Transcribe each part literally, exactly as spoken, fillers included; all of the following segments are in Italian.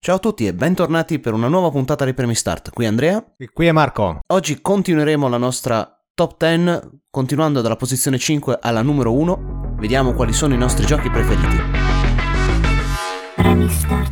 Ciao a tutti e bentornati per una nuova puntata di Premi Start. Qui è Andrea. E qui è Marco. Oggi continueremo la nostra top dieci, continuando dalla posizione cinque alla numero uno. Vediamo quali sono i nostri giochi preferiti. Premi Start.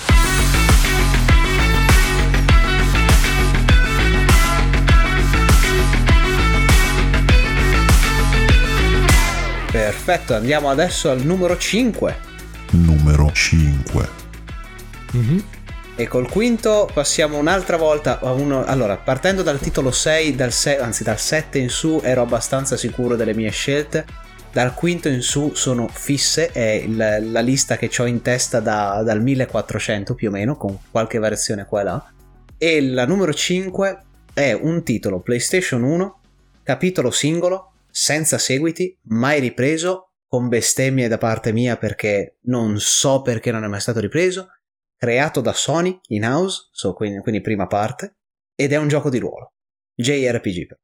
Perfetto, andiamo adesso al numero cinque. Numero cinque. Mm-hmm. E col quinto passiamo un'altra volta a uno. Allora, partendo dal titolo sei, dal sei, anzi dal sette in su ero abbastanza sicuro delle mie scelte. Dal quinto in su sono fisse, è il, la lista che ho in testa da, dal millequattrocento più o meno, con qualche variazione qua e là. E la numero cinque è un titolo PlayStation uno, capitolo singolo, senza seguiti, mai ripreso, con bestemmie da parte mia perché non so perché non è mai stato ripreso, creato da Sony in-house, so, quindi, quindi prima parte, ed è un gioco di ruolo, J R P G.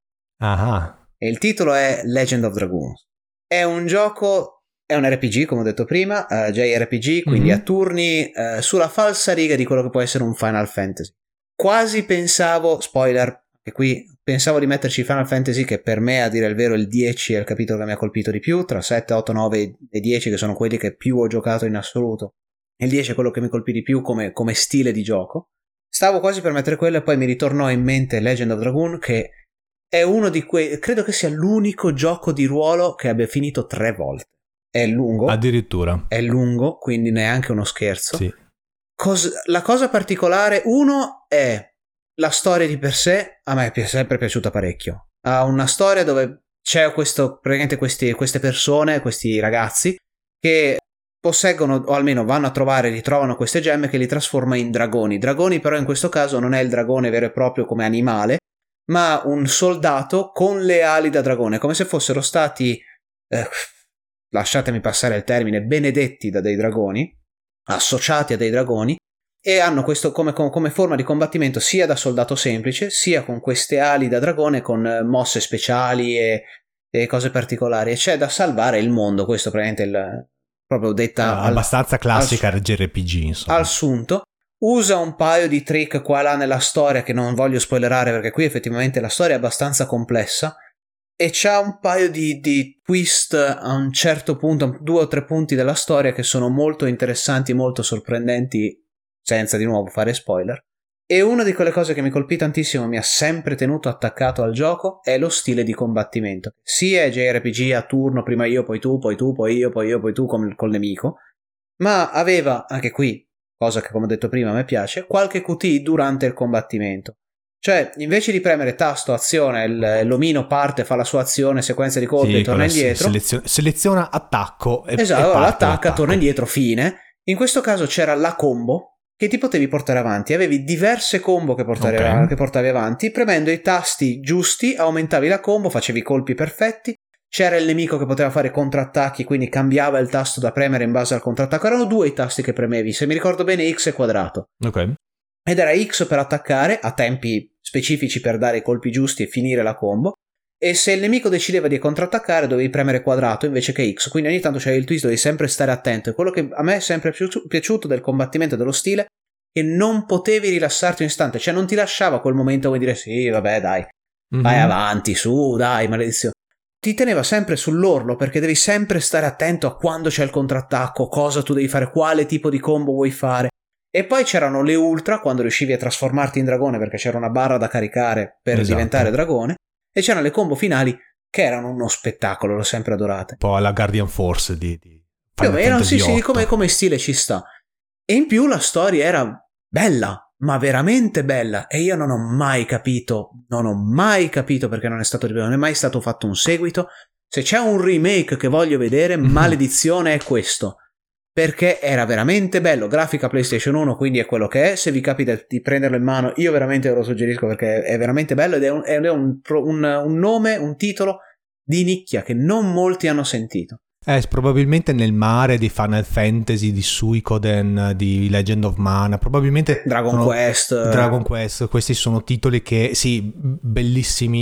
Ah. E il titolo è Legend of Dragoon. È un gioco, è un R P G come ho detto prima, uh, J R P G, quindi mm-hmm. a turni, uh, sulla falsa riga di quello che può essere un Final Fantasy. Quasi pensavo, spoiler, e qui pensavo di metterci Final Fantasy, che per me a dire il vero il dieci è il capitolo che mi ha colpito di più, tra sette, otto, nove e dieci che sono quelli che più ho giocato in assoluto. Il dieci è quello che mi colpì di più come, come stile di gioco. Stavo quasi per mettere quello e poi mi ritornò in mente Legend of Dragoon, che è uno di quei, credo che sia l'unico gioco di ruolo che abbia finito tre volte. È lungo. Addirittura. È lungo, quindi neanche uno scherzo. Sì. Cos- la cosa particolare, uno, è la storia di per sé, a me è sempre piaciuta parecchio. Ha una storia dove c'è questo, praticamente questi, queste persone, questi ragazzi, che posseggono, o almeno vanno a trovare, ritrovano queste gemme che li trasforma in dragoni. Dragoni però in questo caso non è il dragone vero e proprio come animale, ma un soldato con le ali da dragone, come se fossero stati, eh, lasciatemi passare il termine, benedetti da dei dragoni, associati a dei dragoni, e hanno questo come, come forma di combattimento sia da soldato semplice, sia con queste ali da dragone con mosse speciali e, e cose particolari, e c'è da salvare il mondo. Questo praticamente il, proprio detta ah, abbastanza classica al, J R P G, insomma. Al sunto. Usa un paio di trick qua e là nella storia che non voglio spoilerare perché qui effettivamente la storia è abbastanza complessa, e c'ha un paio di, di twist a un certo punto, due o tre punti della storia che sono molto interessanti, molto sorprendenti, senza di nuovo fare spoiler. E una di quelle cose che mi colpì tantissimo, mi ha sempre tenuto attaccato al gioco, è lo stile di combattimento. Sì, è J R P G a turno, prima io, poi tu, poi tu, poi io, poi io, poi tu con, col nemico, ma aveva anche qui, cosa che come ho detto prima a me piace, qualche Q T durante il combattimento. Cioè, invece di premere tasto, azione, il, l'omino parte, fa la sua azione, sequenza di colpi, sì, e torna indietro. Seleziona, seleziona attacco e, esatto, e parte l'attacca, l'attacco. Torna indietro, fine. In questo caso c'era la combo che ti potevi portare avanti, avevi diverse combo che portavi, okay. avanti, che portavi avanti, premendo i tasti giusti aumentavi la combo, facevi i colpi perfetti, c'era il nemico che poteva fare contrattacchi, quindi cambiava il tasto da premere in base al contrattacco, erano due i tasti che premevi, se mi ricordo bene X e quadrato, ok, ed era X per attaccare a tempi specifici per dare i colpi giusti e finire la combo, e se il nemico decideva di contrattaccare dovevi premere quadrato invece che X, quindi ogni tanto c'era il twist, dovevi sempre stare attento. E quello che a me è sempre piaciuto del combattimento e dello stile, che non potevi rilassarti un istante, cioè non ti lasciava quel momento come dire sì vabbè dai, mm-hmm. vai avanti, su dai, maledizione. Ti teneva sempre sull'orlo perché devi sempre stare attento a quando c'è il contrattacco, cosa tu devi fare, quale tipo di combo vuoi fare. E poi c'erano le ultra, quando riuscivi a trasformarti in dragone perché c'era una barra da caricare per esatto. diventare dragone, e c'erano le combo finali che erano uno spettacolo, l'ho sempre adorate. Un po' alla Guardian Force di, di Final Fantasy sì, sì, come, come stile ci sta. E in più la storia era bella, ma veramente bella, e io non ho mai capito, non ho mai capito perché non è stato ripetuto, non è mai stato fatto un seguito. Se c'è un remake che voglio vedere, mm-hmm. maledizione è questo, perché era veramente bello, grafica PlayStation uno, quindi è quello che è. Se vi capita di prenderlo in mano, io veramente ve lo suggerisco perché è veramente bello, ed è un, è un, un, un nome, un titolo di nicchia che non molti hanno sentito. Eh, probabilmente nel mare di Final Fantasy, di Suikoden, di Legend of Mana, probabilmente Dragon sono, Quest. Dragon Quest, questi sono titoli che sì, bellissimi,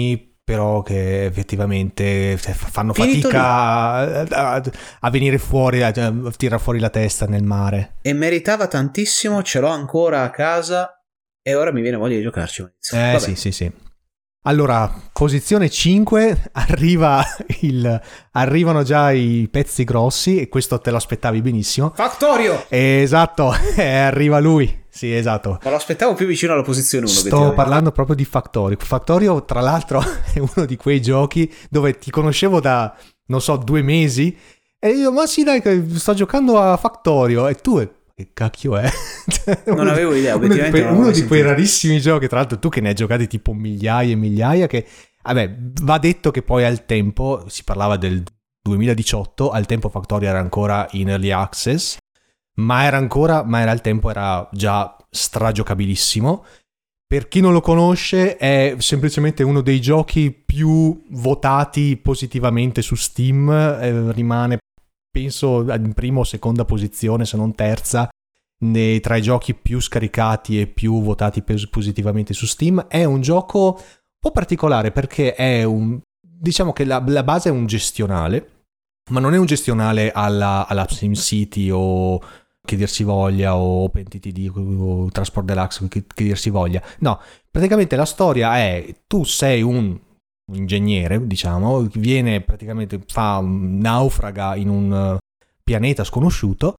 però che effettivamente fanno Finito fatica a, a, a venire fuori, a, a tirare fuori la testa nel mare. E meritava tantissimo, ce l'ho ancora a casa e ora mi viene voglia di giocarci. Eh Vabbè. sì, sì, sì. Allora, posizione cinque, arriva il, arrivano già i pezzi grossi e questo te lo aspettavi benissimo. Factorio! Esatto, arriva lui. Sì, esatto. Ma lo aspettavo più vicino alla posizione uno. Sto parlando proprio di Factorio. Factorio, tra l'altro, è uno di quei giochi dove ti conoscevo da, non so, due mesi e io, ma sì dai, sto giocando a Factorio e tu... Che cacchio è? Non avevo idea, obiettivamente. Uno di, quei, uno di quei rarissimi giochi, tra l'altro tu che ne hai giocati tipo migliaia e migliaia, che vabbè, va detto che poi al tempo, si parlava del duemiladiciotto, al tempo Factorio era ancora in early access, ma era ancora, ma era al tempo era già stragiocabilissimo. Per chi non lo conosce è semplicemente uno dei giochi più votati positivamente su Steam, eh, rimane penso in prima o seconda posizione, se non terza, nei, tra i giochi più scaricati e più votati positivamente su Steam. È un gioco un po' particolare perché è un, diciamo che la, la base è un gestionale, ma non è un gestionale alla, alla SimCity o che dir si voglia o OpenTTD o Transport Deluxe che, che dir si voglia. No, praticamente la storia è tu sei un ingegnere, diciamo, viene praticamente fa un naufraga in un pianeta sconosciuto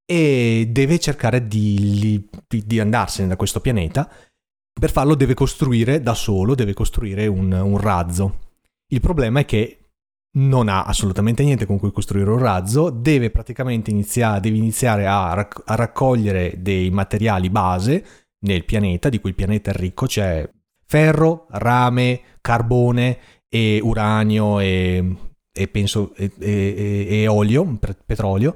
e deve cercare di, di, di andarsene da questo pianeta. Per farlo deve costruire da solo, deve costruire un, un razzo. Il problema è che non ha assolutamente niente con cui costruire un razzo, deve praticamente iniziare, deve iniziare a, rac- a raccogliere dei materiali base nel pianeta, di cui il pianeta è ricco, c'è ferro, rame, carbone e uranio e, e penso e, e, e olio, petrolio,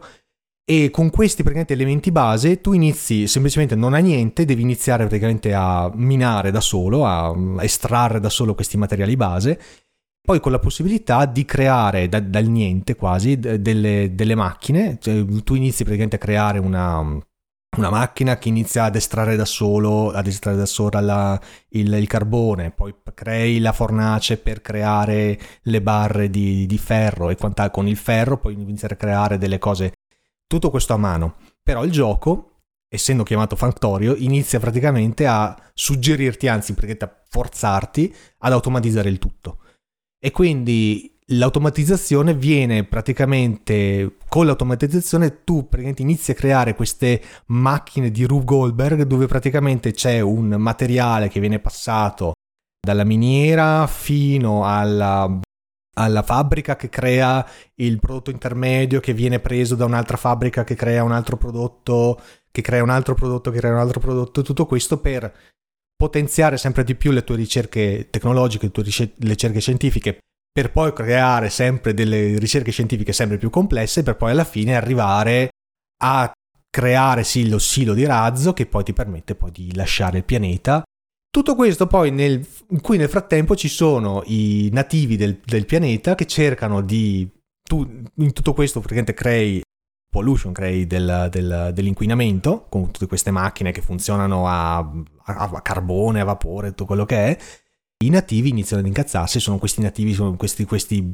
e con questi praticamente elementi base tu inizi semplicemente non hai niente, devi iniziare praticamente a minare da solo, a estrarre da solo questi materiali base, poi con la possibilità di creare da, dal niente quasi delle, delle macchine, cioè, tu inizi praticamente a creare una una macchina che inizia ad estrarre da solo, ad estrarre da sola la, il, il carbone, poi crei la fornace per creare le barre di, di ferro e quant'altro, con il ferro poi iniziare a creare delle cose, tutto questo a mano. Però il gioco, essendo chiamato Factorio, inizia praticamente a suggerirti, anzi a forzarti ad automatizzare il tutto. E quindi l'automatizzazione viene praticamente, con l'automatizzazione tu praticamente inizi a creare queste macchine di Rube Goldberg dove praticamente c'è un materiale che viene passato dalla miniera fino alla, alla fabbrica che crea il prodotto intermedio che viene preso da un'altra fabbrica che crea un altro prodotto, che crea un altro prodotto, che crea un altro prodotto, tutto questo per potenziare sempre di più le tue ricerche tecnologiche, le tue ricerche scientifiche, per poi creare sempre delle ricerche scientifiche sempre più complesse, per poi alla fine arrivare a creare sì lo silo di razzo che poi ti permette poi di lasciare il pianeta. Tutto questo poi nel, in cui nel frattempo ci sono i nativi del, del pianeta che cercano di... Tu, in tutto questo praticamente crei pollution, crei del, del, dell'inquinamento con tutte queste macchine che funzionano a, a, a carbone, a vapore, tutto quello che è. I nativi iniziano ad incazzarsi, sono questi nativi, sono questi, questi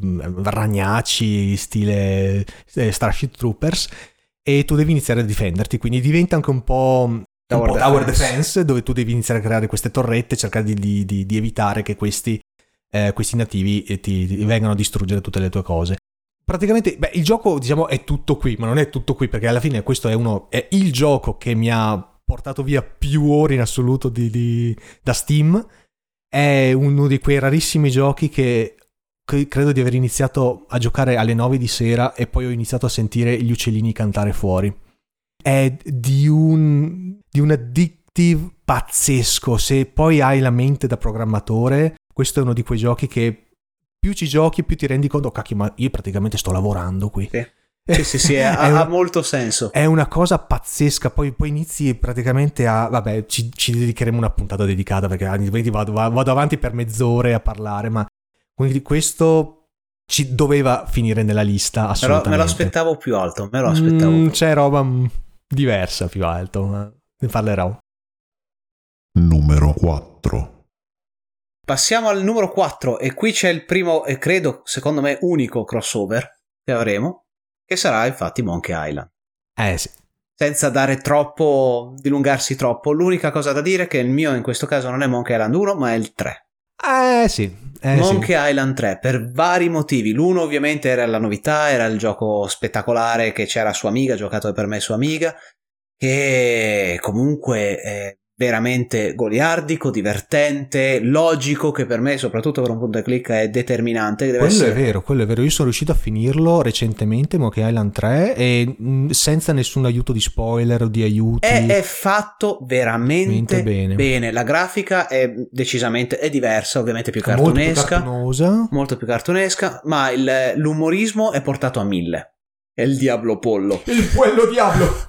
ragnacci stile eh, Starship Troopers, e tu devi iniziare a difenderti, quindi diventa anche un po' Tower, un po' tower defense. defense, dove tu devi iniziare a creare queste torrette, cercare di, di, di, di evitare che questi, eh, questi nativi ti, ti vengano a distruggere tutte le tue cose. Praticamente, beh, il gioco diciamo è tutto qui, ma non è tutto qui perché alla fine questo è uno è il gioco che mi ha portato via più ore in assoluto di, di, da Steam. È uno di quei rarissimi giochi che credo di aver iniziato a giocare alle nove di sera e poi ho iniziato a sentire gli uccellini cantare fuori. È di un di un addictive pazzesco. Se poi hai la mente da programmatore, questo è uno di quei giochi che più ci giochi più ti rendi conto, oh, cacchio, ma io praticamente sto lavorando qui. Sì. Sì, sì, sì, ha, una, ha molto senso. È una cosa pazzesca. Poi, poi inizi praticamente a... Vabbè, ci, ci dedicheremo una puntata dedicata perché vado, vado avanti per mezz'ore a parlare, ma quindi questo ci doveva finire nella lista assolutamente. Me lo aspettavo più alto, me lo aspettavo. Mm, c'è roba diversa più alto, ma ne parlerò. Numero quattro. Passiamo al numero quattro e qui c'è il primo e credo, secondo me, unico crossover che avremo, che sarà infatti Monkey Island. Eh sì. Senza dare troppo, dilungarsi troppo, l'unica cosa da dire è che il mio in questo caso non è Monkey Island uno, ma è il tre. Eh sì. Eh, Monkey sì. Island tre, per vari motivi. L'uno ovviamente era la novità, era il gioco spettacolare che c'era su Amiga, giocato per me su Amiga, che comunque è veramente goliardico, divertente, logico, che per me, soprattutto per un punto e click, è determinante. Deve quello essere... è vero, quello è vero. Io sono riuscito a finirlo recentemente, Monkey Island tre, e mh, senza nessun aiuto di spoiler o di aiuti. È, è fatto veramente bene. bene. La grafica è decisamente è diversa, ovviamente più cartunesca, molto più cartunosa, molto più cartunesca, ma il, l'umorismo è portato a mille. È il Diablo Pollo. Il quello Diablo.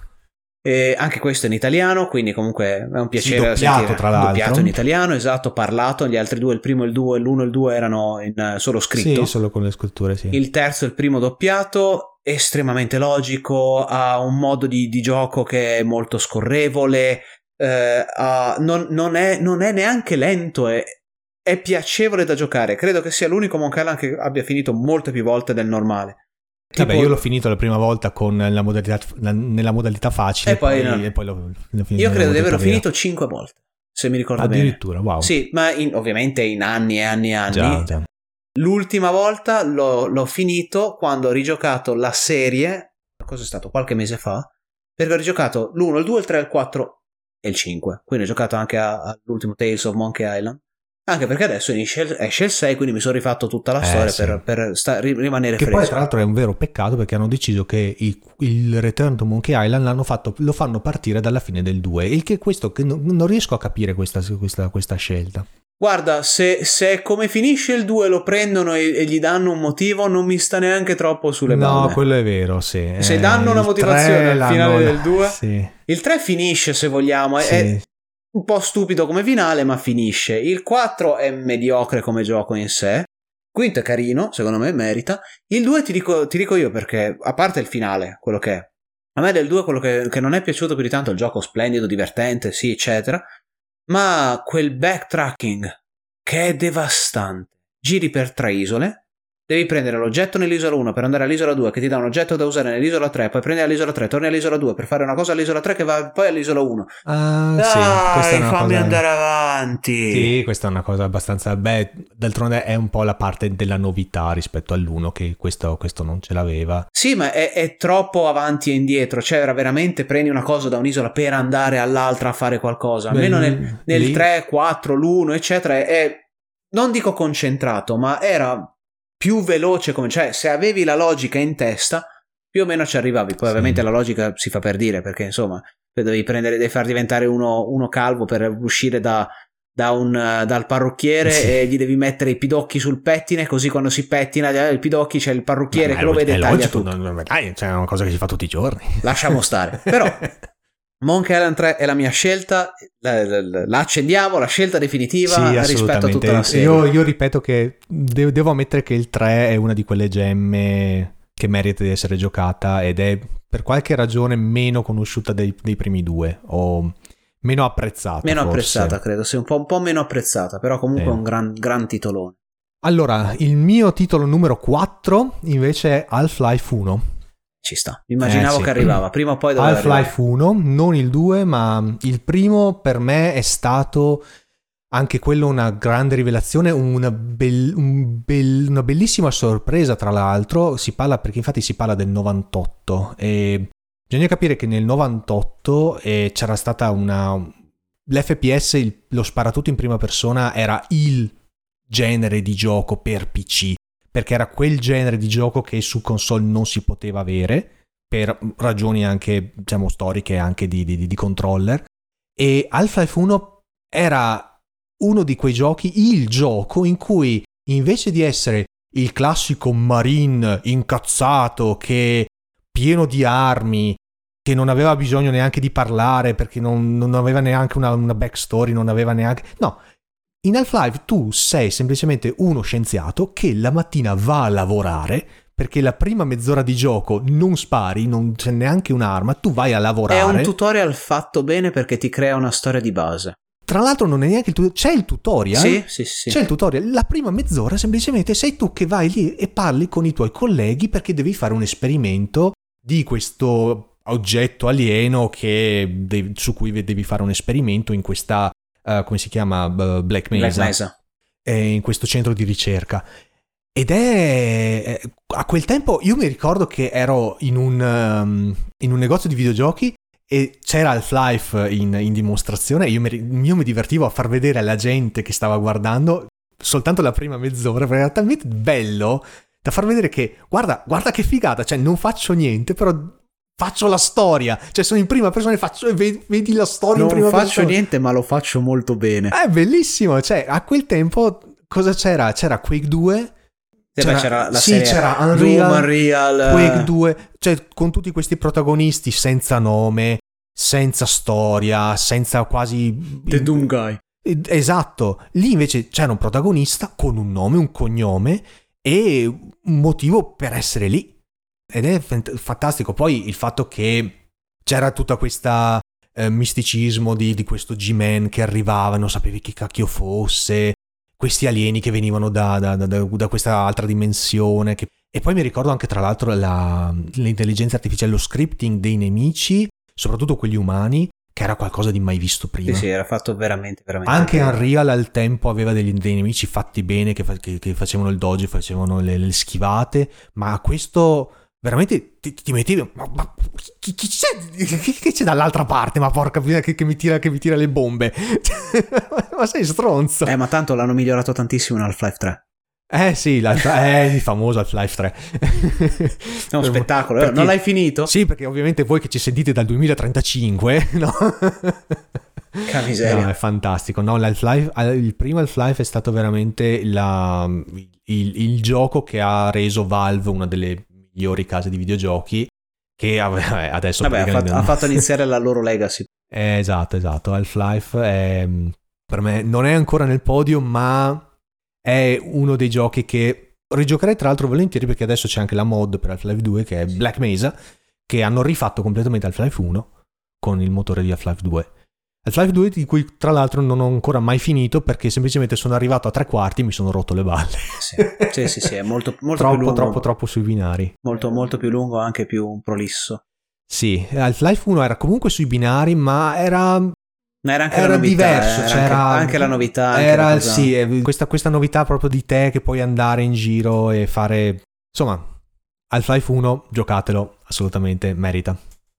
E anche questo in italiano, quindi comunque è un piacere sì, doppiato, sentire. Tra l'altro. Doppiato in italiano, esatto, parlato. Gli altri due, il primo, il due, l'uno e il due erano in uh, solo scritto. Sì, solo con le scritture, sì. Il terzo, il primo doppiato, estremamente logico, ha un modo di, di gioco che è molto scorrevole, eh, ha, non, non, è, non è neanche lento, è, è piacevole da giocare. Credo che sia l'unico Monkey Island che abbia finito molte più volte del normale. Vabbè, Tipo, io l'ho finito la prima volta con la modalità, la, nella modalità facile e poi, poi, no. e poi l'ho, l'ho finito. Io credo di averlo vera. finito cinque volte, se mi ricordo addirittura, bene. Wow. Sì, ma in, ovviamente in anni e anni e anni. Già, già. L'ultima volta l'ho, l'ho finito quando ho rigiocato la serie, cosa è stato, qualche mese fa, perché ho rigiocato l'uno, il due, il tre, il quattro e il cinque. Quindi ho giocato anche a, all'ultimo Tales of Monkey Island. Anche perché adesso esce, esce il sei, quindi mi sono rifatto tutta la eh, storia sì. per, per sta, rimanere che fresco. Poi tra l'altro è un vero peccato perché hanno deciso che il, il Return to Monkey Island l'hanno fatto, lo fanno partire dalla fine del due, il che questo che non, non riesco a capire questa, questa, questa scelta. Guarda, se, se come finisce il due lo prendono e, e gli danno un motivo, non mi sta neanche troppo sulle balle. No, quello è vero, sì. Se eh, danno una motivazione al finale del due, sì. Il tre finisce, se vogliamo, sì. è un po' stupido come finale, ma finisce. Il quattro è mediocre come gioco in sé. Il quinto è carino, secondo me merita. Il due ti dico, ti dico io perché, a parte il finale, quello che è, a me del due quello che, che non è piaciuto più di tanto è il gioco splendido, divertente, sì, eccetera, ma quel backtracking che è devastante. Giri per tre isole, devi prendere l'oggetto nell'isola uno per andare all'isola due che ti dà un oggetto da usare nell'isola tre, poi prendi all'isola tre, torni all'isola due per fare una cosa all'isola tre che va poi all'isola uno. Ah, Dai, sì, questa è una fammi cosa... andare avanti. Sì, questa è una cosa abbastanza... Beh, d'altronde è un po' la parte della novità rispetto all'uno, che questo, questo non ce l'aveva. Sì, ma è, è troppo avanti e indietro, cioè era veramente prendi una cosa da un'isola per andare all'altra a fare qualcosa. Almeno Beh, nel, nel lì... tre, quattro, l'uno, eccetera, è, è non dico concentrato, ma era più veloce, come, cioè se avevi la logica in testa più o meno ci arrivavi. Poi sì. Ovviamente la logica si fa per dire, perché insomma devi prendere, devi far diventare uno, uno calvo per uscire da, da un, dal parrucchiere sì. E gli devi mettere i pidocchi sul pettine, così quando si pettina il pidocchi c'è il parrucchiere ma che lo vede e taglia logico, tutto. Non, dai, c'è una cosa che si fa tutti i giorni, lasciamo stare. Però Monkey Island tre è la mia scelta, la, la, la accendiamo, la scelta definitiva sì, rispetto a tutta la serie. Io, io ripeto che devo, devo ammettere che il tre è una di quelle gemme che merita di essere giocata ed è per qualche ragione meno conosciuta dei, dei primi due o meno apprezzata. Meno forse. apprezzata, credo, sì, un po', un po' meno apprezzata, però comunque è eh. un gran, gran titolone. Allora, il mio titolo numero quattro invece è Half-Life uno. Ci sta, immaginavo eh, sì. che arrivava prima o poi doveva Half-Life uno, non il due, ma il primo per me è stato anche quello una grande rivelazione, una, be- un be- una bellissima sorpresa tra l'altro. Si parla, perché infatti si parla del novantotto e bisogna capire che nel novantotto eh, c'era stata una... l'F P S, il, lo sparatutto in prima persona era il genere di gioco per P C, perché era quel genere di gioco che su console non si poteva avere per ragioni anche, diciamo, storiche, anche di, di, di controller. E Half-Life uno era uno di quei giochi, il gioco in cui invece di essere il classico marine incazzato che pieno di armi, che non aveva bisogno neanche di parlare perché non, non aveva neanche una, una backstory, non aveva neanche... No, in Half-Life tu sei semplicemente uno scienziato che la mattina va a lavorare, perché la prima mezz'ora di gioco non spari, non c'è neanche un'arma, tu vai a lavorare. È un tutorial fatto bene perché ti crea una storia di base. tra l'altro non è neanche il tutorial, c'è il tutorial, sì, sì, sì. C'è il tutorial, la prima mezz'ora semplicemente sei tu che vai lì e parli con i tuoi colleghi perché devi fare un esperimento di questo oggetto alieno che devi, su cui devi fare un esperimento in questa, uh, come si chiama, uh, Black Mesa, Black Mesa. Eh, in questo centro di ricerca. Ed è, a quel tempo io mi ricordo che ero in un, um, in un negozio di videogiochi e c'era Half-Life in, in dimostrazione e io mi, io mi divertivo a far vedere alla gente che stava guardando soltanto la prima mezz'ora, perché era talmente bello da far vedere che guarda, guarda che figata, cioè non faccio niente, però faccio la storia, cioè sono in prima persona e faccio e vedi, vedi la storia non in prima faccio persona. niente, ma lo faccio molto bene. È bellissimo, cioè a quel tempo cosa c'era? C'era Quake due. C'era, c'era la sì, serie c'era Unreal, Unreal, Quake due, cioè con tutti questi protagonisti senza nome, senza storia, senza quasi... The Doom Guy. Esatto, lì invece c'era un protagonista con un nome, un cognome e un motivo per essere lì. Ed è fant- fantastico. Poi il fatto che c'era tutta questa eh, misticismo di, di questo G-Man che arrivava, non sapevi chi cacchio fosse, questi alieni che venivano da, da, da, da questa altra dimensione che... e poi mi ricordo anche tra l'altro la, l'intelligenza artificiale, lo scripting dei nemici, soprattutto quelli umani, che era qualcosa di mai visto prima. Sì, sì, era fatto veramente, veramente anche bene. Unreal al tempo aveva degli, dei nemici fatti bene che, che, che facevano il dodge, facevano le, le schivate, ma questo veramente ti, ti mettevi ma, ma chi, chi, c'è, chi, chi c'è dall'altra parte, ma porca che, che, mi tira, che mi tira le bombe. Ma sei stronzo. Eh, ma tanto l'hanno migliorato tantissimo in Half-Life tre. Eh sì, la, è il famoso Half-Life tre. È uno spettacolo, perché, non l'hai finito? Sì, perché ovviamente voi che ci sentite dal duemilatrentacinque, no? Che miseria. No, è fantastico. No, l'Half-Life, il primo Half-Life è stato veramente la, il, il gioco che ha reso Valve una delle migliori case di videogiochi, che adesso Vabbè, ha, fatto, ha fatto iniziare la loro legacy. Eh, esatto, esatto. Half-Life è, per me non è ancora nel podio, ma è uno dei giochi che rigiocherei tra l'altro volentieri, perché adesso c'è anche la mod per Half-Life due che è Black Mesa, che hanno rifatto completamente Half-Life uno con il motore di Half-Life due. Half-Life due di cui tra l'altro non ho ancora mai finito, perché semplicemente sono arrivato a tre quarti e mi sono rotto le balle. Sì, sì, sì, sì, è molto, molto troppo, più lungo. troppo, troppo sui binari. Molto, molto più lungo, anche più prolisso. Sì, Half-Life uno era comunque sui binari, ma era... Ma era anche era la novità, diverso, era c'era anche, anche la novità. Anche era la cosa... sì, questa, questa novità proprio di te che puoi andare in giro e fare... Insomma, Half-Life uno, giocatelo, assolutamente merita.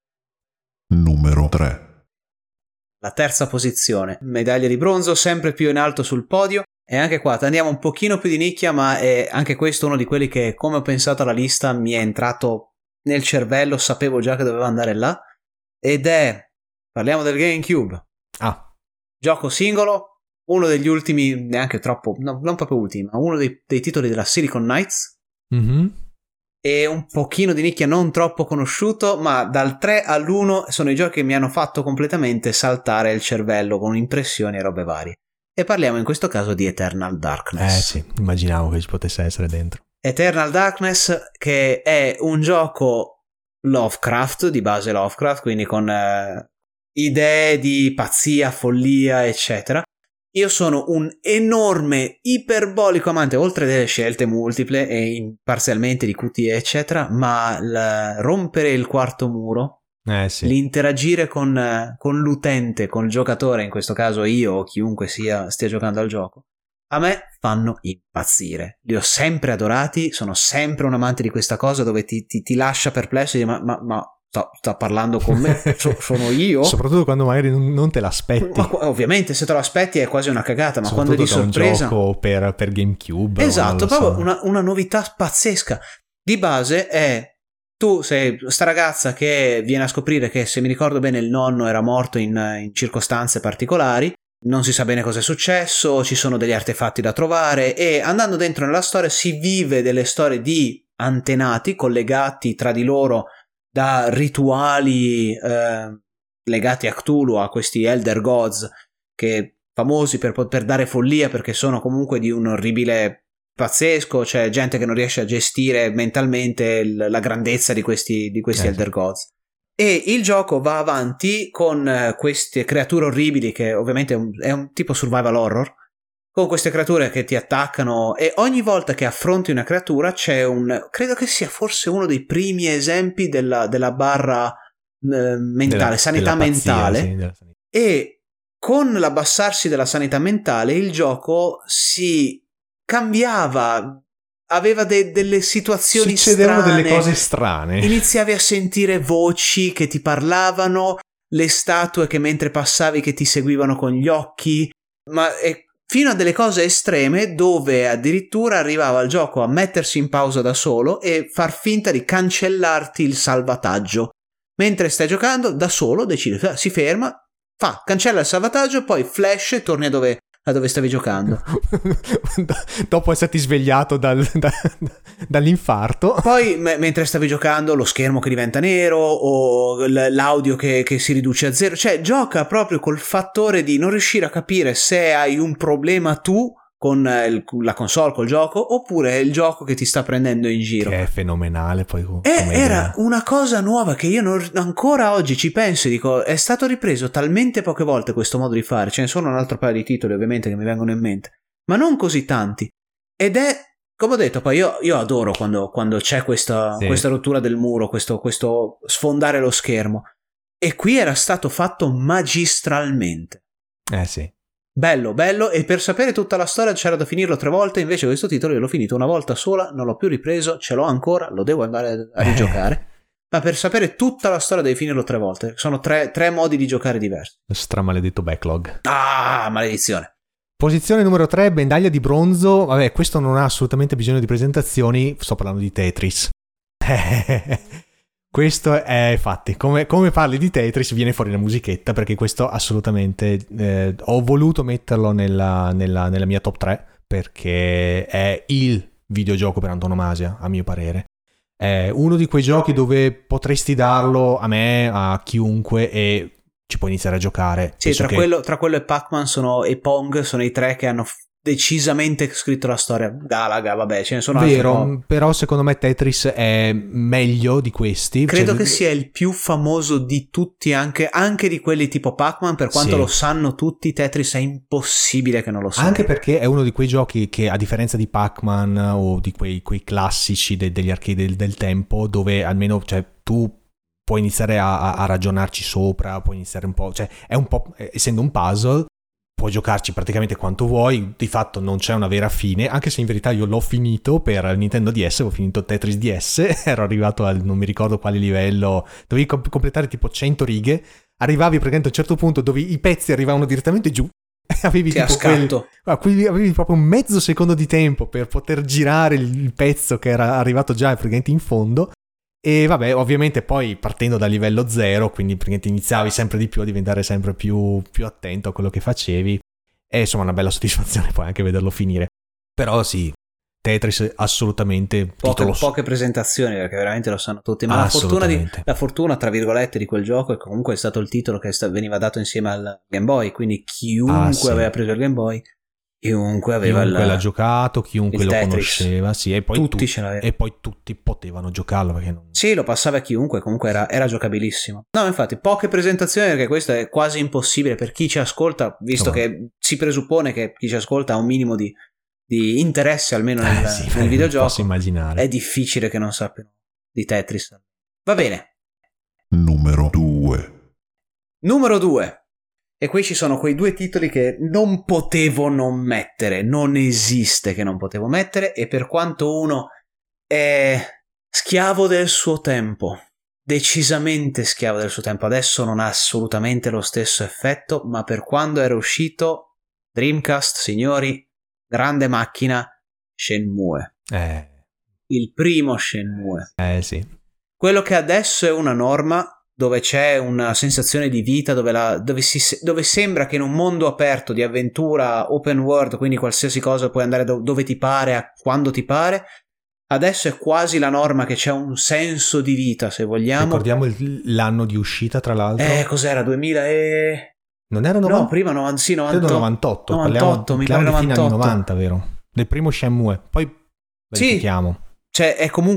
Numero tre. La terza posizione, medaglia di bronzo, sempre più in alto sul podio. E anche qua andiamo un pochino più di nicchia, ma è anche questo uno di quelli che, come ho pensato alla lista, mi è entrato nel cervello, sapevo già che doveva andare là. Ed è, parliamo del GameCube. Ah. Gioco singolo, uno degli ultimi, neanche troppo, no, non proprio ultimi, ma uno dei, dei titoli della Silicon Knights. Mm-hmm. E un pochino di nicchia, non troppo conosciuto, ma dal tre all'uno sono i giochi che mi hanno fatto completamente saltare il cervello con impressioni e robe varie. E parliamo in questo caso di Eternal Darkness. Eh sì, immaginavo che ci potesse essere dentro. Eternal Darkness, che è un gioco Lovecraft, di base Lovecraft, quindi con eh, idee di pazzia, follia, eccetera. Io sono un enorme, iperbolico amante, oltre delle scelte multiple e parzialmente di Q T E, eccetera, ma il rompere il quarto muro, eh sì. l'interagire con, con l'utente, con il giocatore, in questo caso io o chiunque sia stia giocando al gioco, a me fanno impazzire. Li ho sempre adorati, sono sempre un amante di questa cosa dove ti, ti, ti lascia perplesso e dici, ma... ma, ma Sta, sta parlando con me, so, sono io. Soprattutto quando magari non, non te l'aspetti. Ma, ovviamente se te lo aspetti è quasi una cagata, ma quando è di sorpresa... un gioco per, per GameCube. Esatto, proprio so. una, una novità pazzesca. Di base è, tu sei sta ragazza che viene a scoprire che, se mi ricordo bene, il nonno era morto in, in circostanze particolari, non si sa bene cosa è successo, ci sono degli artefatti da trovare e andando dentro nella storia si vive delle storie di antenati collegati tra di loro da rituali eh, legati a Cthulhu, a questi Elder Gods, che famosi per, per dare follia, perché sono comunque di un orribile pazzesco, c'è gente che non riesce a gestire mentalmente l- la grandezza di questi, di questi eh. Elder Gods. E il gioco va avanti con queste creature orribili, che ovviamente è un, è un tipo survival horror, con queste creature che ti attaccano, e ogni volta che affronti una creatura c'è un, credo che sia forse uno dei primi esempi della, della barra eh, mentale, della, sanità della pazzia, mentale, sì, della sanità. E con l'abbassarsi della sanità mentale il gioco si cambiava, aveva de- delle situazioni succedevano strane, delle cose strane, iniziavi a sentire voci che ti parlavano, le statue che mentre passavi che ti seguivano con gli occhi, ma è fino a delle cose estreme dove addirittura arrivava il gioco a mettersi in pausa da solo e far finta di cancellarti il salvataggio. Mentre stai giocando da solo decide, si ferma, fa, cancella il salvataggio, poi flash e torni a dove, a dove stavi giocando. Dopo esserti svegliato dal, da, dall'infarto. Poi m- mentre stavi giocando lo schermo che diventa nero o l- l'audio che, che si riduce a zero. Cioè gioca proprio col fattore di non riuscire a capire se hai un problema tu con il, la console, col gioco, oppure è il gioco che ti sta prendendo in giro. Che è fenomenale poi. E era una cosa nuova che io non, ancora oggi ci penso e dico, è stato ripreso talmente poche volte questo modo di fare, ce ne sono un altro paio di titoli ovviamente che mi vengono in mente, ma non così tanti, ed è, come ho detto, poi io, io adoro quando, quando c'è questa, sì. questa rottura del muro, questo, questo sfondare lo schermo, e qui era stato fatto magistralmente. Eh sì. Bello, bello, e per sapere tutta la storia c'era da finirlo tre volte, invece questo titolo io l'ho finito una volta sola, non l'ho più ripreso, ce l'ho ancora, lo devo andare a rigiocare, eh. ma per sapere tutta la storia devi finirlo tre volte, sono tre, tre modi di giocare diversi. Lo stramaledetto backlog. Ah, maledizione. Posizione numero tre, medaglia di bronzo, vabbè, questo non ha assolutamente bisogno di presentazioni, sto parlando di Tetris. Questo è, infatti, come, come parli di Tetris viene fuori la musichetta, perché questo assolutamente eh, ho voluto metterlo nella, nella, nella mia top tre, perché è il videogioco per antonomasia, a mio parere. È uno di quei giochi dove potresti darlo a me, a chiunque, e ci puoi iniziare a giocare. Sì, tra, che... quello, tra quello e Pac-Man sono, e Pong sono i tre che hanno decisamente scritto la storia. Galaga, vabbè, ce ne sono altri. Vero, no? Però secondo me Tetris è meglio di questi. Credo cioè... che sia il più famoso di tutti, anche, anche di quelli tipo Pac-Man, per quanto sì. lo sanno tutti, Tetris è impossibile che non lo sanno. Anche perché è uno di quei giochi che, a differenza di Pac-Man o di quei, quei classici de, degli arcade del, del tempo, dove almeno cioè, tu puoi iniziare a, a ragionarci sopra, puoi iniziare un po', cioè è un po', essendo un puzzle, puoi giocarci praticamente quanto vuoi, di fatto non c'è una vera fine, anche se in verità io l'ho finito per Nintendo D S, ho finito Tetris D S, ero arrivato al non mi ricordo quale livello, dovevi comp- completare tipo cento righe, arrivavi praticamente a un certo punto dove i pezzi arrivavano direttamente giù, avevi Ti tipo quel, ah, quindi avevi proprio un mezzo secondo di tempo per poter girare il, il pezzo che era arrivato già praticamente in fondo. E vabbè, ovviamente poi partendo dal livello zero, quindi praticamente iniziavi sempre di più a diventare sempre più, più attento a quello che facevi. E insomma una bella soddisfazione poi anche vederlo finire. Però sì, Tetris assolutamente... Poche, titolo... poche presentazioni, perché veramente lo sanno tutti. Ma la fortuna, di, la fortuna, tra virgolette, di quel gioco è comunque è stato il titolo che sta, veniva dato insieme al Game Boy. Quindi chiunque ah, sì. aveva preso il Game Boy... Chiunque aveva chiunque il, l'ha giocato, chiunque lo Tetris. conosceva, sì, e poi tutti tu, ce l'avevano. E poi tutti potevano giocarlo perché non... Sì, lo passava a chiunque, comunque era, era giocabilissimo. No, infatti, poche presentazioni, perché questo è quasi impossibile per chi ci ascolta, visto oh. che si presuppone che chi ci ascolta ha un minimo di, di interesse almeno nel, eh, sì, nel videogioco. Posso immaginare. È difficile che non sappiano di Tetris. Va bene. Numero due. Numero due. E qui ci sono quei due titoli che non potevo non mettere, non esiste che non potevo mettere, e per quanto uno è schiavo del suo tempo, decisamente schiavo del suo tempo, adesso non ha assolutamente lo stesso effetto, ma per quando era uscito Dreamcast, signori, grande macchina, Shenmue. Eh. Il primo Shenmue. Eh sì. Quello che adesso è una norma, dove c'è una sensazione di vita, dove, la, dove, si, dove sembra che in un mondo aperto di avventura, open world, quindi qualsiasi cosa puoi andare do, dove ti pare, a quando ti pare, adesso è quasi la norma che c'è un senso di vita, se vogliamo. Ricordiamo il, l'anno di uscita, tra l'altro. Eh, cos'era? duemila e... Non era novanta? No, prima novanta, sì, novantotto. Credo novantotto. novantotto, mi pare novantotto. novantotto. Fino anni novanta, vero? Del primo Shenmue. Poi verifichiamo. Sì, cioè è comunque...